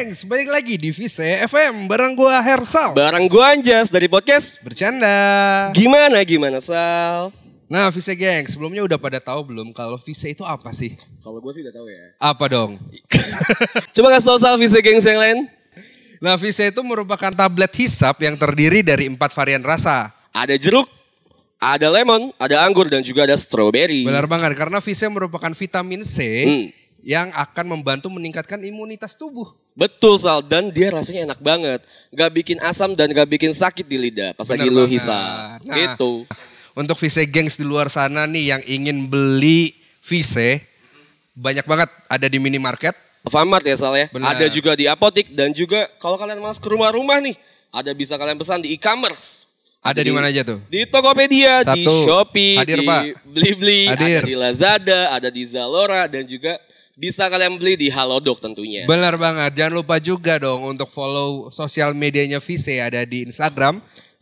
gengs, balik lagi di Vise FM bareng gua Hersal. Bareng gua Anjas dari podcast Bercanda. Gimana Sal? Nah Vise gengs, sebelumnya udah pada tahu belum kalau Vise itu apa sih? Kalau gua sih udah tahu ya. Apa dong? Coba kasih tau Sal Vise gengs yang lain. Nah Vise itu merupakan tablet hisap yang terdiri dari 4 varian rasa. Ada jeruk, ada lemon, ada anggur dan juga ada strawberry. Benar banget, karena Vise merupakan vitamin C yang akan membantu meningkatkan imunitas tubuh. Betul Sal, dan dia rasanya enak banget. Gak bikin asam dan gak bikin sakit di lidah pas lagi lu hisap. Nah, Gitu. Untuk Vise gengs di luar sana nih yang ingin beli Vise, banyak banget ada di minimarket. Alfamart ya Sal ya. Benar. Ada juga di apotik dan juga kalau kalian malas ke rumah-rumah nih, ada bisa kalian pesan di e-commerce. Ada di mana aja tuh? Di Tokopedia, di Satu. Shopee, Hadir, di Pak. Blibli, Hadir. ada di Lazada, ada di Zalora dan juga bisa kalian beli di Halodoc tentunya. Benar banget. Jangan lupa juga dong untuk follow sosial medianya Vise. Ada di Instagram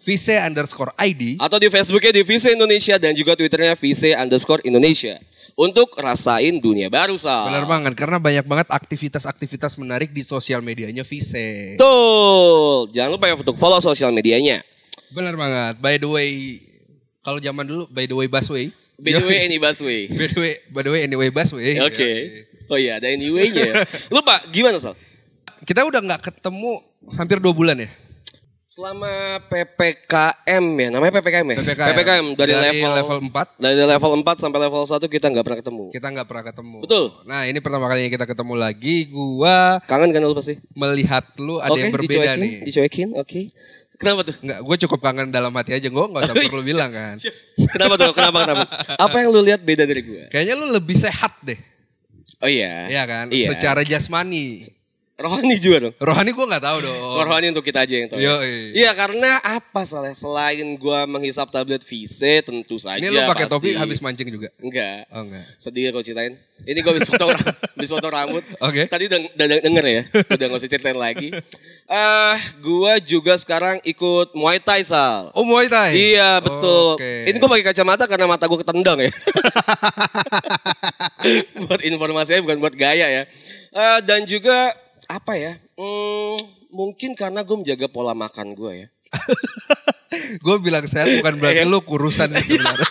Vise_ID. Atau di Facebooknya di Vise Indonesia dan juga Twitternya Vise_Indonesia. Untuk rasain dunia baru Sal. Benar banget. Karena banyak banget aktivitas-aktivitas menarik di sosial medianya Vise. Betul. Jangan lupa ya untuk follow sosial medianya. Benar banget. By the way, kalau zaman dulu by the way busway. By the way, any busway. By the way anyway busway. Oke. Oh iya, ada anyway-nya. Lupa, gimana Sal? Kita udah gak ketemu hampir 2 bulan ya? Selama PPKM ya, namanya PPKM ya? PPKM. Dari level level 4. Dari level 4 sampai level 1 kita gak pernah ketemu. Kita gak pernah ketemu. Betul. Nah ini pertama kalinya kita ketemu lagi. Gua Kangen kan lu pasti? melihat lu ada yang berbeda nih. Dicuekin, oke. Kenapa tuh? Enggak, gue cukup kangen dalam hati aja. Gue gak usah perlu bilang kan. Kenapa tuh? Kenapa? Apa yang lu lihat beda dari gue? Kayaknya lu lebih sehat deh. Oh iya. Iya kan? Iya. Secara jasmani. Rohani juga dong. Rohani gue gak tahu dong. Rohani untuk kita aja yang tahu. Yoi. Iya karena apa Saleh? Selain gue menghisap tablet Vise tentu saja. Ini lu pakai pasti. topi habis mancing juga? Enggak. Oh enggak. Sedih kalau ceritain. Ini gue habis foto rambut. Oke. Tadi udah denger ya. Udah gak usah ceritain lagi. Gue juga sekarang ikut Muay Thai Sal. Oh Muay Thai? Iya betul. Oke. Ini gue pakai kacamata karena mata gue ketendang ya. Buat informasinya bukan buat gaya ya. Dan juga apa ya? Mungkin karena gue menjaga pola makan gue ya. Gue bilang sehat bukan berarti lu kurusan sih sebenarnya.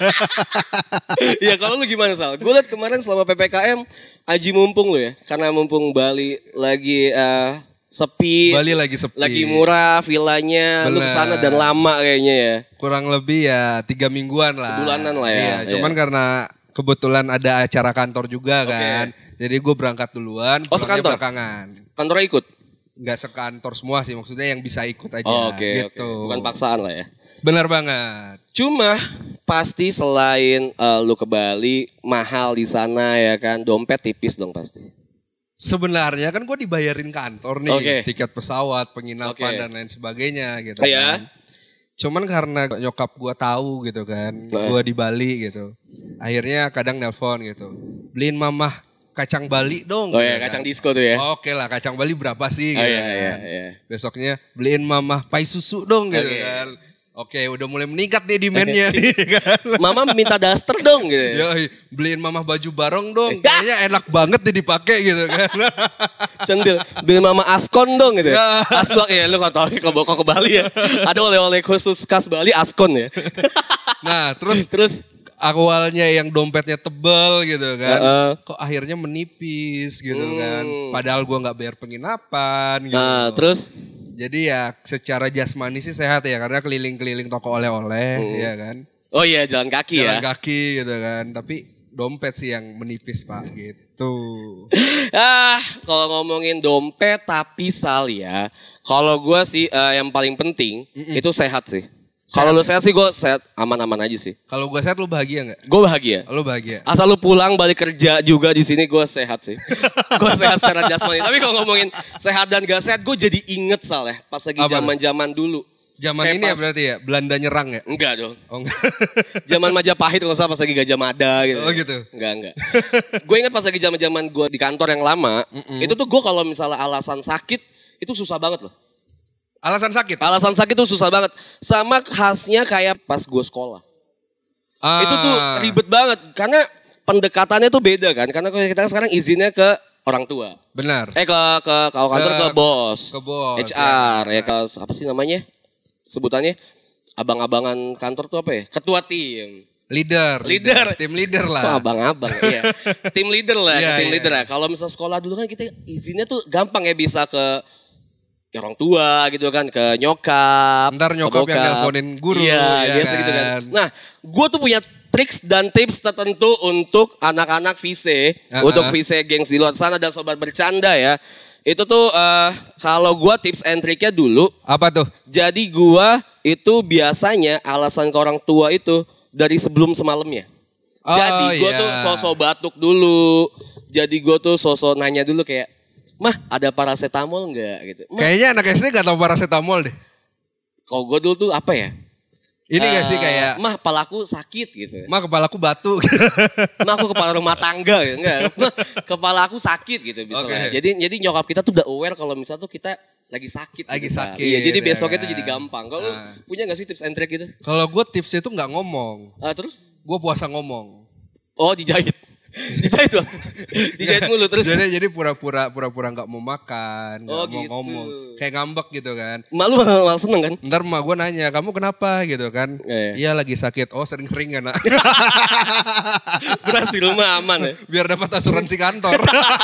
Iya kalau lu gimana Sal? Gue liat kemarin selama PPKM aji mumpung lu ya. Karena mumpung Bali lagi sepi. Bali lagi sepi. Lagi murah villanya. Lu kesana dan lama kayaknya ya. Kurang lebih ya 3 mingguan lah. Sebulanan lah ya. Iya, cuman karena kebetulan ada acara kantor juga kan. Jadi gue berangkat duluan, Oh, pulangnya sekantor? belakangan. Kantornya ikut? Gak sekantor semua sih, maksudnya yang bisa ikut aja Oh, oke. gitu. Bukan paksaan lah ya. Benar banget. Cuma pasti selain lu ke Bali mahal di sana ya kan, dompet tipis dong pasti. Sebenarnya kan gue dibayarin kantor nih, Oke. tiket pesawat, penginapan Oke. dan lain sebagainya gitu Iya. kan. Cuman karena nyokap gue tahu gitu kan, gue di Bali gitu. Akhirnya kadang nelpon gitu, beliin mamah kacang Bali dong. Oh ya, gitu kacang kan. disco tuh ya. Oke lah, kacang Bali berapa sih? Oh Gitu iya, kan. iya. Besoknya beliin mamah pai susu dong gitu Oke. kan. Oke, udah mulai meningkat nih demand-nya nih kan. Mama minta daster dong gitu. Yoi, beliin mamah baju barong dong. Kayaknya enak banget nih dipakai gitu kan. Centil, beli mama Askon dong gitu. Ya. Asbak ya, lu kan tau kalau ke Bali ya. Ada oleh-oleh khusus khas Bali Askon ya. Nah, terus awalnya yang dompetnya tebel gitu kan. Kok akhirnya menipis gitu kan. Padahal gua nggak bayar penginapan gitu. Nah, terus Jadi ya secara jasmani sih sehat ya. Karena keliling-keliling toko oleh-oleh ya kan. oh iya jalan kaki Jalan ya. kaki gitu kan. Tapi dompet sih yang menipis Pak gitu. Kalau ngomongin dompet tapi Sal ya. Kalau gue sih yang paling penting itu sehat sih. Kalau lu sehat sih gue sehat aman-aman aja sih. Kalau gue sehat lu bahagia nggak? Gue bahagia. Lu bahagia? Asal lu pulang balik kerja juga di sini gue sehat sih. Gue sehat secara jasmani. Tapi kalau ngomongin sehat dan gak sehat gue jadi inget Sal ya. Pas lagi Apa? zaman-zaman dulu. Zaman Kayak ini ya pas- berarti ya? Belanda nyerang ya? Enggak dong. Oh enggak. Zaman Majapahit kalau salah pas lagi Gajah Mada gitu. Oh gitu. Enggak. Gue ingat pas lagi zaman-zaman gue di kantor yang lama. Itu tuh gue kalau misalnya alasan sakit itu susah banget loh. Alasan sakit? Alasan sakit tuh susah banget. Sama khasnya kayak pas gue sekolah. Itu tuh ribet banget. Karena pendekatannya tuh beda kan. Karena kalau kita sekarang izinnya ke orang tua. Benar. Kalau kantor ke bos. Ke bos. HR ya apa sih namanya? Sebutannya abang-abangan kantor tuh apa ya? Ketua tim. Leader. Tim leader lah. Oh, abang-abang iya. Tim leader lah, tim leader lah. Iya. Kalau misal sekolah dulu kan kita izinnya tuh gampang ya bisa ke orang tua gitu kan, ke nyokap. Ntar nyokap yang nelponin guru. Iya, biasa gitu kan. Nah, gue tuh punya triks dan tips tertentu untuk anak-anak VC, untuk VC gengs di luar sana dan sobat bercanda ya. Itu tuh kalau gue tips and triknya dulu. Apa tuh? Jadi gue itu biasanya alasan ke orang tua itu dari sebelum semalamnya. Jadi gue tuh sosok batuk dulu. Jadi gue tuh sosok nanya dulu kayak, "Mah, ada paracetamol enggak?" gitu. Kayaknya anak SD gak tahu paracetamol deh. Kalau gue dulu tuh apa ya? Ini gak sih kayak, "Mah, kepalaku sakit," gitu. "Mah, kepalaku batu." "Mah, aku kepala rumah tangga," gitu. Enggak. "Mah, kepalaku sakit," gitu misalnya. Jadi nyokap kita tuh udah aware kalau misalnya tuh kita lagi sakit. Lagi gitu, sakit. Iya, jadi ya besoknya kan? tuh jadi gampang. Kalau lu punya gak sih tips and trick gitu? Kalau gue tipsnya tuh gak ngomong. Terus? Gue puasa ngomong. Oh, dijahit. Dijahit Bang. Dijahit mulu terus. Jadi pura-pura gak mau makan, gak mau gitu. ngomong. Kayak ngambek gitu kan. Mak lu bakal seneng kan? Ntar emak gue nanya, "Kamu kenapa?" gitu kan. Iya. Iya lagi sakit. Oh, sering-sering kan, Nak. Berhasil mah aman ya. Biar dapat asuransi kantor.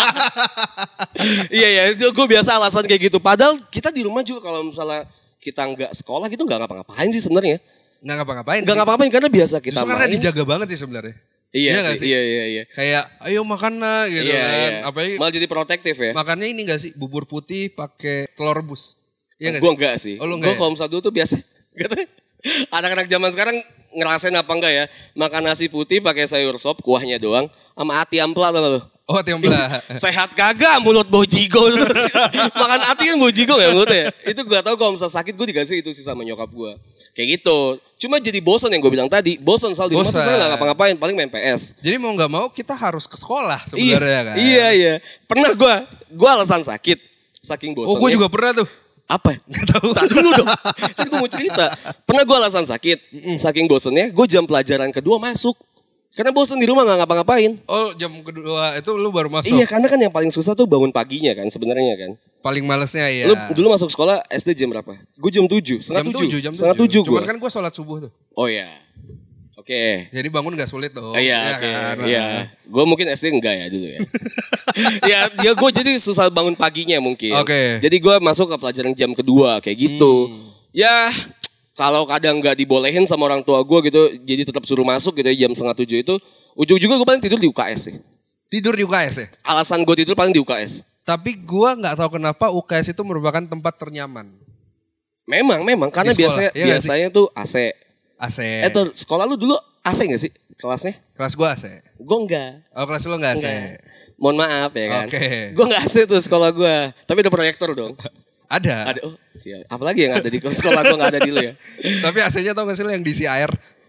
Iya, itu gue biasa alasan kayak gitu. Padahal kita di rumah juga kalau misalnya kita nggak sekolah gitu nggak ngapa-ngapain sih sebenarnya. Nggak ngapa-ngapain. Nggak ngapa-ngapain karena biasa kita justru main. karena dijaga banget sih sebenarnya. Iya nggak sih, iya. Kayak ayo makan lah gitu Iya, kan. iya. Apalagi malah jadi protektif ya. makannya ini gak sih bubur putih pakai telur rebus. Iya Gue enggak sih. Oh, lu Gue enggak ya? kalau misalnya dulu tuh biasa. Anak-anak zaman sekarang ngerasain apa enggak ya? Makan nasi putih pakai sayur sop, kuahnya doang, sama ati ampela loh. Oh, tiambla. Sehat kagak mulut bojigo. Makan ati kan bojigo ya mulutnya. Itu gue tau kalau misalnya sakit gue dikasih itu sih sama nyokap gue. Kayak gitu. Cuma jadi bosan yang gue bilang tadi. Bosan soal di rumah tuh saya gak ngapa-ngapain. Paling main PS. Jadi mau gak mau kita harus ke sekolah sebenarnya kan. Iya. Pernah gue alasan sakit. Saking bosannya. Oh, gue juga pernah tuh. Apa? Gak tahu. Tak dulu dong. Kan gue mau cerita. Pernah gue alasan sakit. Saking bosannya gue jam pelajaran kedua masuk. Karena bosan di rumah gak ngapa-ngapain. Oh, jam kedua itu lu baru masuk. Iya, karena kan yang paling susah tuh bangun paginya kan sebenarnya kan. Paling malesnya ya. Lu dulu masuk sekolah SD jam berapa? Gue jam 7, jam 7. Cuman kan gue sholat subuh tuh. Oh iya. Oke. Jadi bangun gak sulit tuh. Iya, oke. Kan? Iya. Gue mungkin SD enggak ya dulu ya. ya gue jadi susah bangun paginya mungkin. Oke. Jadi gue masuk ke pelajaran jam kedua kayak gitu. Ya kalau kadang nggak dibolehin sama orang tua gue gitu, jadi tetap suruh masuk gitu ya jam 6:30 itu. Ujung-ujungnya gue paling tidur di UKS sih. Tidur di UKS ya? Alasan gue tidur paling di UKS. Tapi gue gak tahu kenapa UKS itu merupakan tempat ternyaman. Memang karena Di sekolah, biasanya tuh AC. AC. Tuh sekolah lu dulu AC gak sih kelasnya? Kelas gue AC. Gue enggak. Oh, kelas lo gak AC? Enggak. Mohon maaf ya kan. Oke. Gue gak AC tuh sekolah gue. Tapi ada proyektor dong. Ada. Ada. Oh siap. Apalagi yang ada di sekolah gue gak ada dulu ya. Tapi AC-nya tau gak sih lo yang diisi air?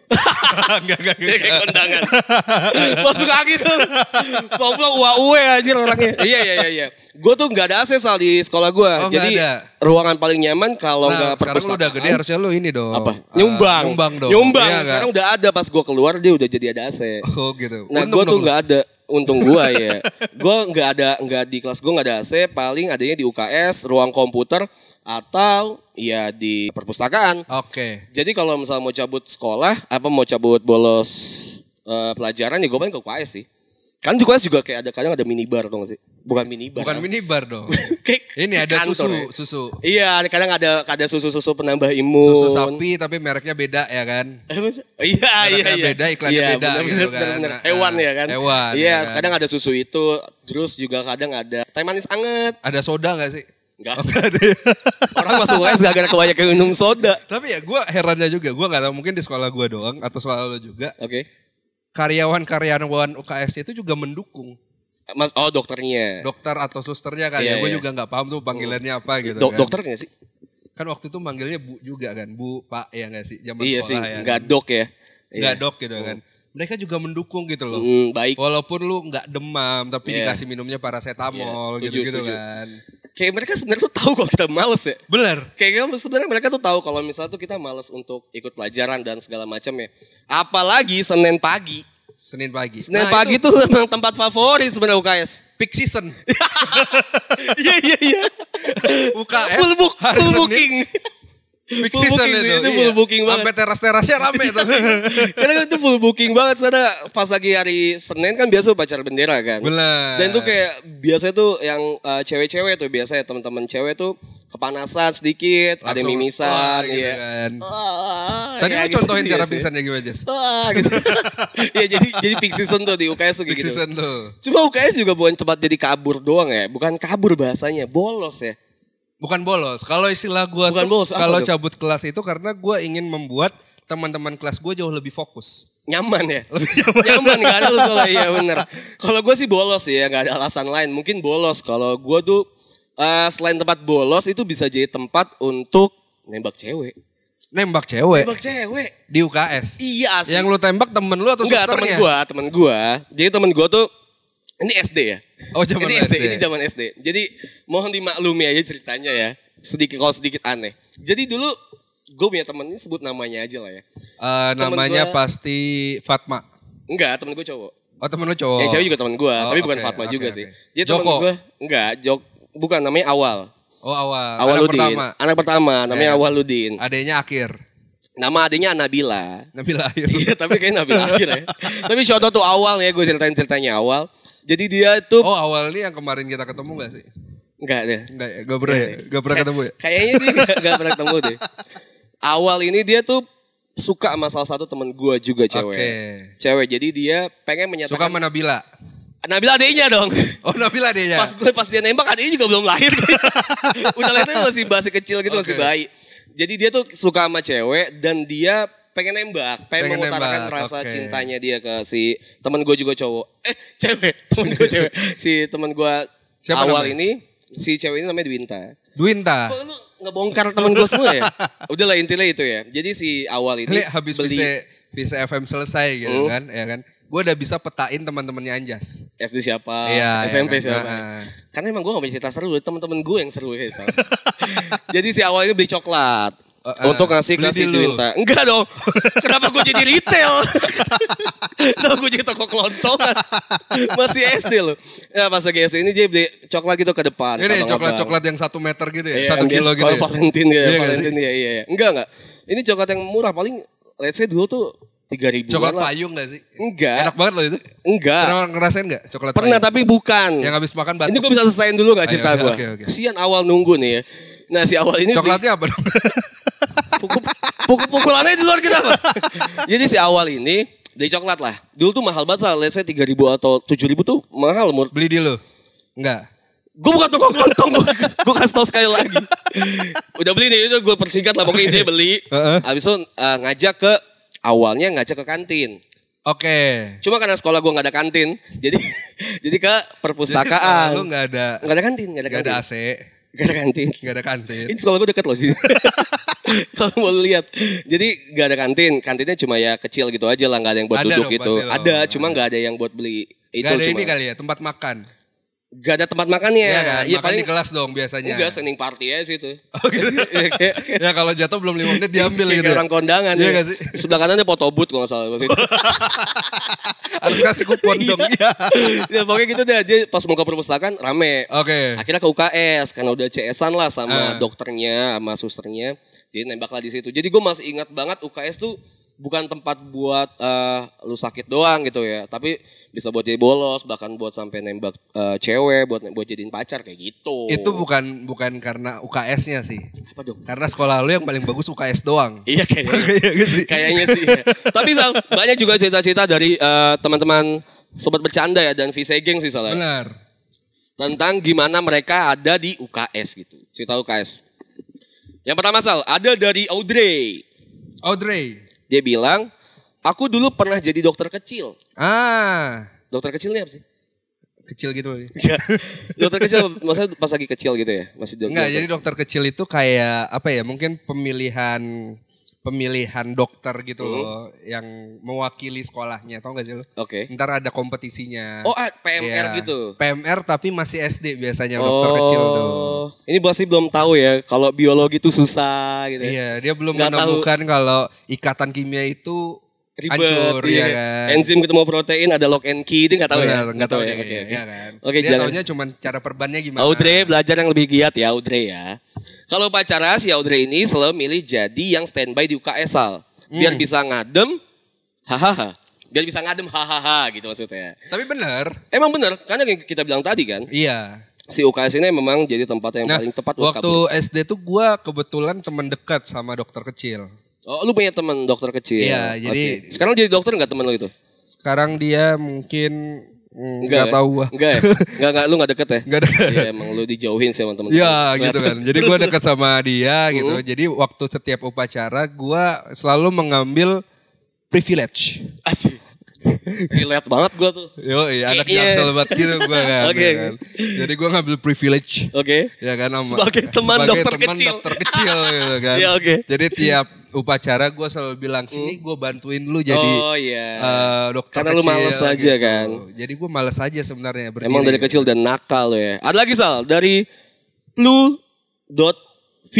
Enggak. Dia kayak kondangan. Masuk angin tuh. Goblok uwe anjir orangnya. Iya. Gue tuh gak ada AC soal di sekolah gue. Oh, jadi ruangan paling nyaman kalau gak sekarang perpustakaan. lu udah gede harusnya lu ini dong. Apa? Nyumbang dong. Nyumbang. Iya, Sekarang udah ada pas gue keluar dia udah jadi ada AC. Oh gitu. Nah gue tuh gak ada. Untung gue ya. Gue nggak di kelas gue nggak ada AC. Paling adanya di UKS, ruang komputer atau ya di perpustakaan. Oke. Jadi kalau misalnya mau cabut sekolah, mau cabut bolos pelajaran ya gue paling ke UKS sih. Kan di UKS juga kayak kadang ada minibar tuh gak sih? Bukan minibar. Bukan minibar dong. Ini ada susu. Iya, kadang ada susu penambah imun. Susu sapi tapi mereknya beda ya kan? Iya. Beda, iklannya beda gitu kan. Bener. Hewan ya kan? Hewan. Iya, kan? kadang ada susu itu. Terus juga kadang ada teh manis anget. Ada soda gak sih? Enggak. Oh, gak ada. Orang masuk UKS gak ada kebanyakan minum soda. Tapi ya gue herannya juga. Gue gak tahu mungkin di sekolah gue doang atau sekolah lo juga. Oke. Karyawan UKS itu juga mendukung. Dokternya. Dokter atau susternya kan Iya, ya. Gue iya. juga gak paham tuh panggilannya apa gitu kan. Dokter gak sih? Kan waktu itu manggilnya Bu juga kan. Bu, Pak ya gak sih? Zaman Iya sekolah sih, ya. gak dok ya. Gak dok gitu kan. Mereka juga mendukung gitu loh. Baik. Walaupun lu gak demam tapi Iya. dikasih minumnya paracetamol Iya, gitu-gitu setuju. kan. Kayak mereka sebenarnya tuh tahu kalau kita males ya. Bener. Kayak sebenarnya mereka tuh tahu kalau misalnya tuh kita males untuk ikut pelajaran dan segala macam ya. Apalagi Senin pagi. Senin pagi. Senin pagi tuh emang tempat favorit sebenarnya UKS. Peak season. Iya. UKS. Full booking. Peak Full season booking, itu. itu full booking banget. Sampai teras-terasnya rame tuh. Karena itu full booking banget. Karena pas lagi hari Senin kan biasa upacara bendera kan. Benar. Dan tuh kayak biasa tuh yang cewek-cewek tuh biasa ya teman-teman cewek tuh kepanasan sedikit, ada yang mimisan, gitu iya. kan. Tadi lu contohin cara pingsannya gimana, Jas? Gitu. Ya jadi peak season tuh di UKS tuh kayak Peak gitu. season tuh. Cuma UKS juga bukan tempat jadi kabur doang ya, bukan kabur bahasanya, bolos ya. Bukan bolos. Kalau istilah gue Bukan bolos, apa kalau tuh? cabut kelas itu karena gue ingin membuat teman-teman kelas gue jauh lebih fokus. Nyaman ya? Nyaman gak ada lu soalnya, iya bener. Kalau gue sih bolos ya, gak ada alasan lain. Mungkin bolos, kalau gue tuh selain tempat bolos itu bisa jadi tempat untuk nembak cewek. Nembak cewek? Nembak cewek. Di UKS? Iya asli. Yang lu tembak temen lu atau enggak, susternya? temen gue. Jadi temen gue tuh, ini SD ya? Oh zaman ini SD. Ini zaman SD. Jadi mohon dimaklumi aja ceritanya ya. Kalau sedikit aneh. Jadi dulu gue punya temen ini sebut namanya aja lah ya. Namanya pasti Fatma. Enggak, temen gue cowok. Oh temen lu cowok? Yang cewek juga temen gue, tapi bukan okay, Fatma juga sih. Okay. Jadi temen gue, enggak, bukan namanya Awal. Oh Awal. Awaludin. Anak pertama, namanya Awaludin. Adanya Akhir. Nama adiknya Nabila. Nabila Akhir. Iya, tapi kayaknya Nabila Akhir ya. Tapi shout out tuh Awal ya, gue ceritain ceritanya Awal. Jadi dia tuh... Oh Awal ini yang kemarin kita ketemu gak sih? Enggak deh. Enggak ya? Gak pernah ya? Gak pernah ketemu ya? Kayaknya dia gak pernah ketemu deh. Awal ini dia tuh suka sama salah satu temen gue juga cewek. Cewek, jadi dia pengen menyatakan... Suka sama Nabila? Nabila adiknya dong. Oh Nabila adiknya? Pas dia nembak adiknya juga belum lahir. Udah lahir tuh masih kecil gitu, masih bayi. Jadi dia tuh suka sama cewek dan dia pengen nembak. Pengen mengutarakan rasa cintanya dia ke si temen gue juga cowok. Cewek. Temen gue cewek. Si temen gue Awal ini, si cewek ini namanya Dwinta. Kok lu ngebongkar temen gue semua ya? Udah lah intinya itu ya. Jadi si Awal ini habis Visa FM selesai gitu kan, ya kan. Gue udah bisa petain teman-temannya Anjas. SD siapa, iya, SMP ya kan? siapa. Karena emang gue gak punya cerita seru, temen-temen gue yang seru ya. Jadi si Awal ini beli coklat. Untuk ngasih ke si Dwinta. Enggak dong. Kenapa gue jadi retail? Kenapa gue jadi toko kelontongan? Masih SD loh. Ya pas lagi SD ini dia beli coklat gitu ke depan. Ini coklat-coklat yang 1 meter gitu ya? 1 kilo gitu ya? Valentine ya. Valentine ya. Enggak. Ini coklat yang murah. Paling let's say dulu tuh 3.000 Coklat payung gak sih? Enggak. Enak banget loh itu? Enggak. Pernah ngerasain gak coklat Pernah payung? tapi bukan. Yang habis makan batuk? Ini gue bisa selesaiin dulu gak cerita gue? Okay. Sian Awal nunggu nih ya. Nah si Awal ini coklatnya apa dong? Pukulannya di luar kita apa? Jadi si Awal ini beli coklat lah. Dulu tuh mahal banget lah. Let's say 3.000 atau 7.000 tuh mahal. Beli di lo? Enggak. Gue bukan toko kelontong. Gue kasih tau sekali lagi. Udah beli nih itu gue persingkat lah. Pokoknya dia beli. Habis itu ngajak ke ke kantin. Oke. Cuma karena sekolah gue gak ada kantin. Jadi ke perpustakaan. Jadi lu gak ada kantin. Gak ada AC. Gak ada kantin. Gak ada kantin. Ini sekolah gue deket loh sini. Kalau mau lihat. Jadi gak ada kantin. Kantinnya cuma ya kecil gitu aja lah. Gak ada yang buat duduk gitu. Ada, cuma gak ada yang buat beli. Gak ada ini kali ya, tempat makan. Gak ada tempat makannya. Iya kan, ya, makan paling di kelas dong biasanya. Enggak, sending party aja situ. Oh gitu. Ya kalau jatuh belum 5 menit diambil gitu. Kayak orang kondangan. Iya ya. Gak sih? Sebelah kanannya foto booth kalau gak salah. Harus kasih kupon dong. Ya pokoknya gitu deh. Dia pas mau ke perpustakaan rame. Oke. Akhirnya ke UKS. Karena udah CS-an lah sama dokternya, sama susternya. Dia nembak lah di situ. Jadi gue masih ingat banget UKS tuh bukan tempat buat lu sakit doang gitu ya. Tapi bisa buat jadi bolos, bahkan buat sampai nembak cewek, buat jadiin pacar kayak gitu. Itu bukan karena UKS-nya sih. Apa dong? Karena sekolah lu yang paling bagus UKS doang. Iya kayaknya sih. Ya. Tapi Sal, banyak juga cerita-cerita dari teman-teman sobat bercanda ya dan Visa Geng sih Sal. Benar. Tentang gimana mereka ada di UKS gitu. Cerita UKS. Yang pertama Sal, ada dari Audrey. Dia bilang, aku dulu pernah jadi dokter kecil. Dokter kecilnya apa sih? Kecil gitu loh. Dokter kecil, maksudnya pas lagi kecil gitu ya? Masih dokter. Enggak, jadi dokter kecil itu kayak apa ya? Mungkin pemilihan dokter gitu loh yang mewakili sekolahnya, tau gak sih lo? Oke. Ntar ada kompetisinya. Oh, PMR ya, gitu. PMR tapi masih SD biasanya dokter kecil tuh. Ini pasti belum tahu ya kalau biologi itu susah gitu. Iya, dia belum menemukan kalau ikatan kimia itu hancur ya kan. Enzim ketemu protein ada lock and key, itu nggak tahu ya. Nggak tahu ya. Oke. Ya kan. Oke, dia taunya cuma cara perbannya gimana. Audrey belajar yang lebih giat ya Audrey ya. Kalau upacara si Audrey ini selalu milih jadi yang standby di UKS Sal. Biar bisa ngadem, hahaha. Biar bisa ngadem, hahaha gitu maksudnya. Tapi benar. Emang benar, karena yang kita bilang tadi kan. Iya. Si UKS ini memang jadi tempat yang paling tepat buat waktu SD tuh gue kebetulan teman dekat sama dokter kecil. Oh, lu punya teman dokter kecil? Iya, jadi sekarang jadi dokter nggak teman lu itu? Sekarang dia mungkin nggak tahu gua. Enggak ya? Enggak, lu nggak deket ya? Nggak deket. Iya, emang lu dijauhin sama teman. Iya, gitu kan. Jadi gue dekat sama dia gitu. Jadi waktu setiap upacara gue selalu mengambil privilege. Asik. Relate banget gue tuh. Yo, iya, anak jaksel banget gitu gue kan. Oke. Kan. Jadi gue ngambil privilege. Oke. Ya kan sebagai teman dokter kecil gitu kan. Iya, oke. Jadi tiap upacara gue selalu bilang sini gue bantuin lu jadi dokter karena kecil. Karena lu males aja gitu. Kan. Jadi gue males aja sebenarnya berdiri. Emang dari kecil dan nakal lo ya. Ada lagi Sal dari Plu.V.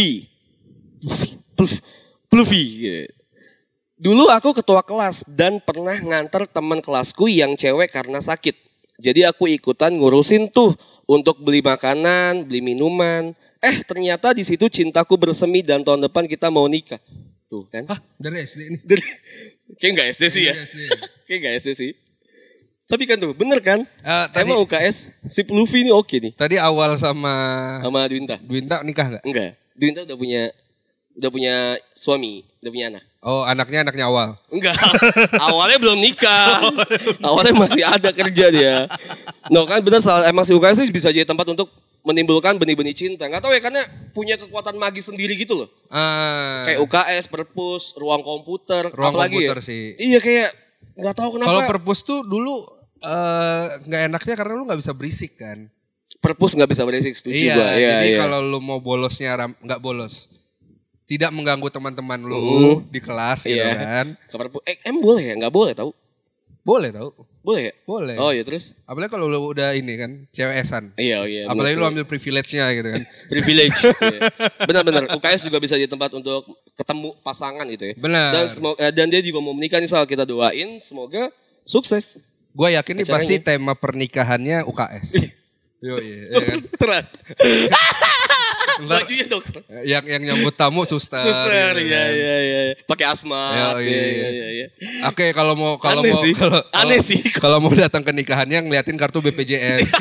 Pluvi. Dulu aku ketua kelas dan pernah nganter teman kelasku yang cewek karena sakit. Jadi aku ikutan ngurusin tuh untuk beli makanan, beli minuman. Ternyata di situ cintaku bersemi dan tahun depan kita mau nikah. Tuh kan. Hah, dari SD ini? Kayak gak SD sih ya. Kayak gak SD sih. Tapi kan tuh bener kan. Tema UKS si Pluvi ini oke nih. Tadi awal sama Dwinta. Dwinta nikah gak? Enggak. Dwinta udah punya suami, udah punya anak. Oh, anaknya awal? Enggak, awalnya belum nikah. Awalnya masih ada kerja dia. No kan benar, emang si UKS sih bisa jadi tempat untuk menimbulkan benih-benih cinta. Gak tahu ya, karena punya kekuatan magis sendiri gitu loh. Kayak UKS, perpus, ruang komputer. Ruang apalagi komputer ya? sih. Iya kayak gak tahu kenapa. Kalau perpus tuh dulu gak enaknya karena lu gak bisa berisik kan. Perpus gak bisa berisik, setuju gua. Iya, jadi kalau lu mau bolosnya gak bolos. Tidak mengganggu teman-teman lu di kelas gitu kan. Boleh ya? Nggak boleh tahu? Boleh tahu. Boleh ya? Boleh. Oh iya terus? Apalagi kalau lu udah ini kan, cewek-esan. Iya. Apalagi lu ambil privilege-nya gitu kan. Privilege. Iya. Benar-benar. UKS juga bisa jadi tempat untuk ketemu pasangan gitu ya. Benar. Dan dia juga mau menikah nih, Sal. Kita doain semoga sukses. Gue yakin nih pasti tema pernikahannya UKS. Iya kan. Beneran. Bajunya dokter. Yang nyambut tamu suster. Suster, gitu iya. kan. Pakai asmat. Iya. Oke, kalau aneh sih. Kalau mau datang ke nikahannya ngeliatin kartu BPJS.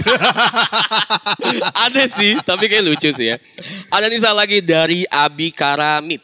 Aneh sih, tapi kayak lucu sih ya. Ada nih lagi dari Abi Karamip.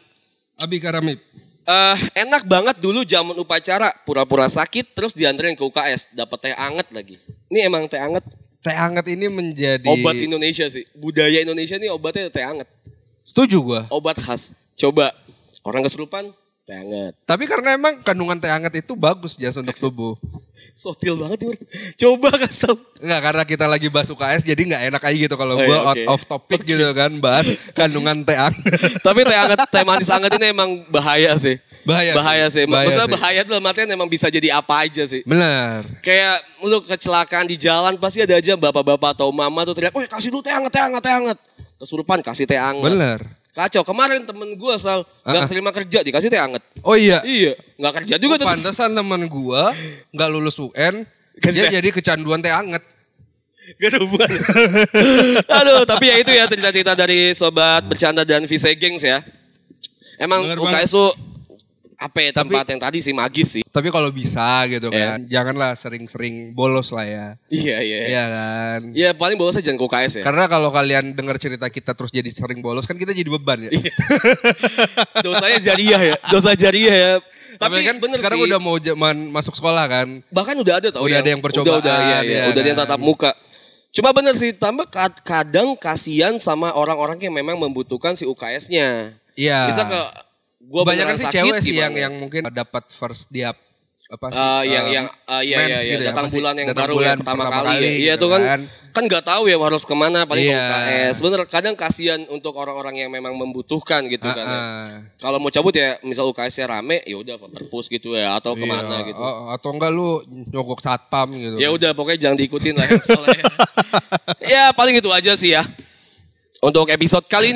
Enak banget dulu zaman upacara, pura-pura sakit terus dianterin ke UKS, dapat teh anget lagi. Ini emang teh anget. Teh hangat ini menjadi obat Indonesia sih. Budaya Indonesia nih obatnya teh hangat. Setuju gua. Obat khas. Coba orang kesurupan teh hangat. Tapi karena emang kandungan teh hangat itu bagus jasa untuk tubuh. Sotil banget nih. Coba kasih tau. Enggak, karena kita lagi bahas UKS jadi enggak enak aja gitu kalau gua out of topic gitu kan bahas kandungan teh hangat. Tapi teh manis hangat ini emang bahaya sih. Bahaya sih. Maksudnya bahaya dalam artian emang bisa jadi apa aja sih. Benar. Kayak lu kecelakaan di jalan pasti ada aja bapak-bapak atau mama tuh teriak, "Woi, kasih lu teh hangat." Kesurupan kasih teh hangat. Benar. Kacau. Kemarin temen gue gak terima kerja dikasih teh hangat. Oh iya? Iya. Gak kerja juga. Pantesan temen gue gak lulus UN. Dia jadi kecanduan teh hangat. Gak ada hubungan. Aduh, tapi ya itu ya cerita-cerita dari Sobat Bercanda dan VC Gengs ya. Emang UKS tuh tempat yang tadi sih magis sih. Tapi kalau bisa gitu kan, janganlah sering-sering bolos lah ya. Iya. Iya kan. Iya paling bolosnya jangan ke UKS ya. Karena kalau kalian dengar cerita kita terus jadi sering bolos kan kita jadi beban ya. Dosanya jariah ya. Dosa jariah ya. Tapi kan bener sekarang sih. Udah mau zaman masuk sekolah kan. Bahkan udah ada tau. Udah ada yang percobaan. Udah ada yang tatap muka. Cuma bener sih, tambah kadang kasihan sama orang-orang yang memang membutuhkan si UKS-nya. Iya. Bisa ke gua banyak sih cewek sih yang mungkin dapat first dia apa sih datang bulan yang baru yang pertama kali iya gitu tuh kan nggak tahu ya harus kemana paling ke UKS. Bener kadang kasihan untuk orang-orang yang memang membutuhkan gitu kan ya. Kalau mau cabut ya misal UKS-nya rame ya udah perpus gitu ya atau kemana gitu atau enggak lu nyogok satpam gitu ya udah pokoknya jangan diikutin lah ya paling itu aja sih ya untuk episode kali ini.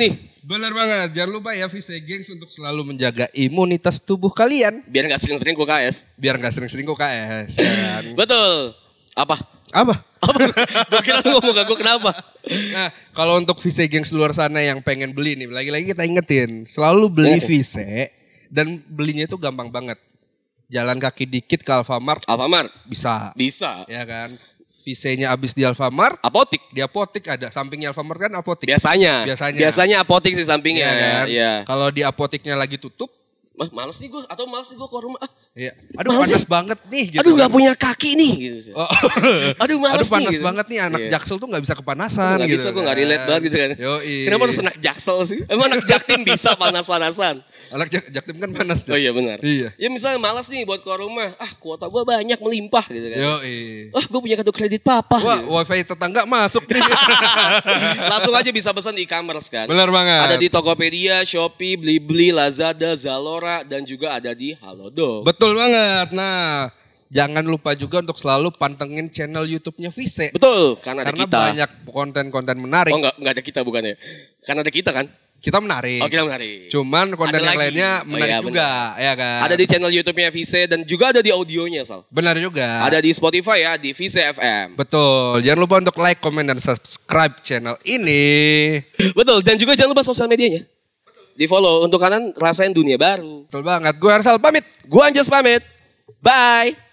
Benar banget. Jangan lupa ya Vise Gengs untuk selalu menjaga imunitas tubuh kalian. Biar gak sering-sering UKS. Biar gak sering-sering UKS. Ya kan? Betul. Apa? Gue kira lu ngomong gak gue kenapa? Nah, kalau untuk Vise Gengs luar sana yang pengen beli nih, lagi-lagi kita ingetin, selalu beli Vise dan belinya itu gampang banget. Jalan kaki dikit ke Alfamart. Bisa. Ya kan? Vise-nya habis di Alfamart. Apotik. Di apotik ada. Sampingnya Alfamart kan apotik. Biasanya apotik sih sampingnya. Ya kan? Iya. Kalau di apotiknya lagi tutup. Males nih gue keluar rumah. Iya. Aduh panas banget nih. Gitu aduh gak punya kaki nih. Gitu. Aduh males aduh panas nih, banget nih anak Jaksel tuh gak bisa kepanasan. Gak bisa, gue gak relate banget gitu kan. Kenapa harus anak Jaksel sih? Emang anak Jaktim bisa panas-panasan? Anak Jaktim kan panas. Oh iya benar. Iya. Ya misalnya malas nih buat keluar rumah. Kuota gue banyak melimpah gitu kan. Gue punya kartu kredit papa. Wah gitu. wifi tetangga masuk nih. Langsung aja bisa pesan di e-commerce kan. Benar banget. Ada di Tokopedia, Shopee, Blibli, Lazada, Zalora, dan juga ada di Halodoc. Betul banget. Nah, jangan lupa juga untuk selalu pantengin channel YouTube-nya Vise. Betul, karena ada kita. Banyak konten-konten menarik. Oh enggak ada kita bukannya. Karena ada kita kan. Kita menarik. Oh kita menarik. Cuman konten yang lainnya menarik juga, ya kan. Ada di channel YouTube-nya Vise dan juga ada di audionya, Sal. Benar juga. Ada di Spotify ya, di Vise FM. Betul. Jangan lupa untuk like, komen, dan subscribe channel ini. Betul. Dan juga jangan lupa sosial medianya. Di follow untuk kalian rasain dunia baru. Betul banget. Gue Arsal pamit. Gue Anjas pamit. Bye.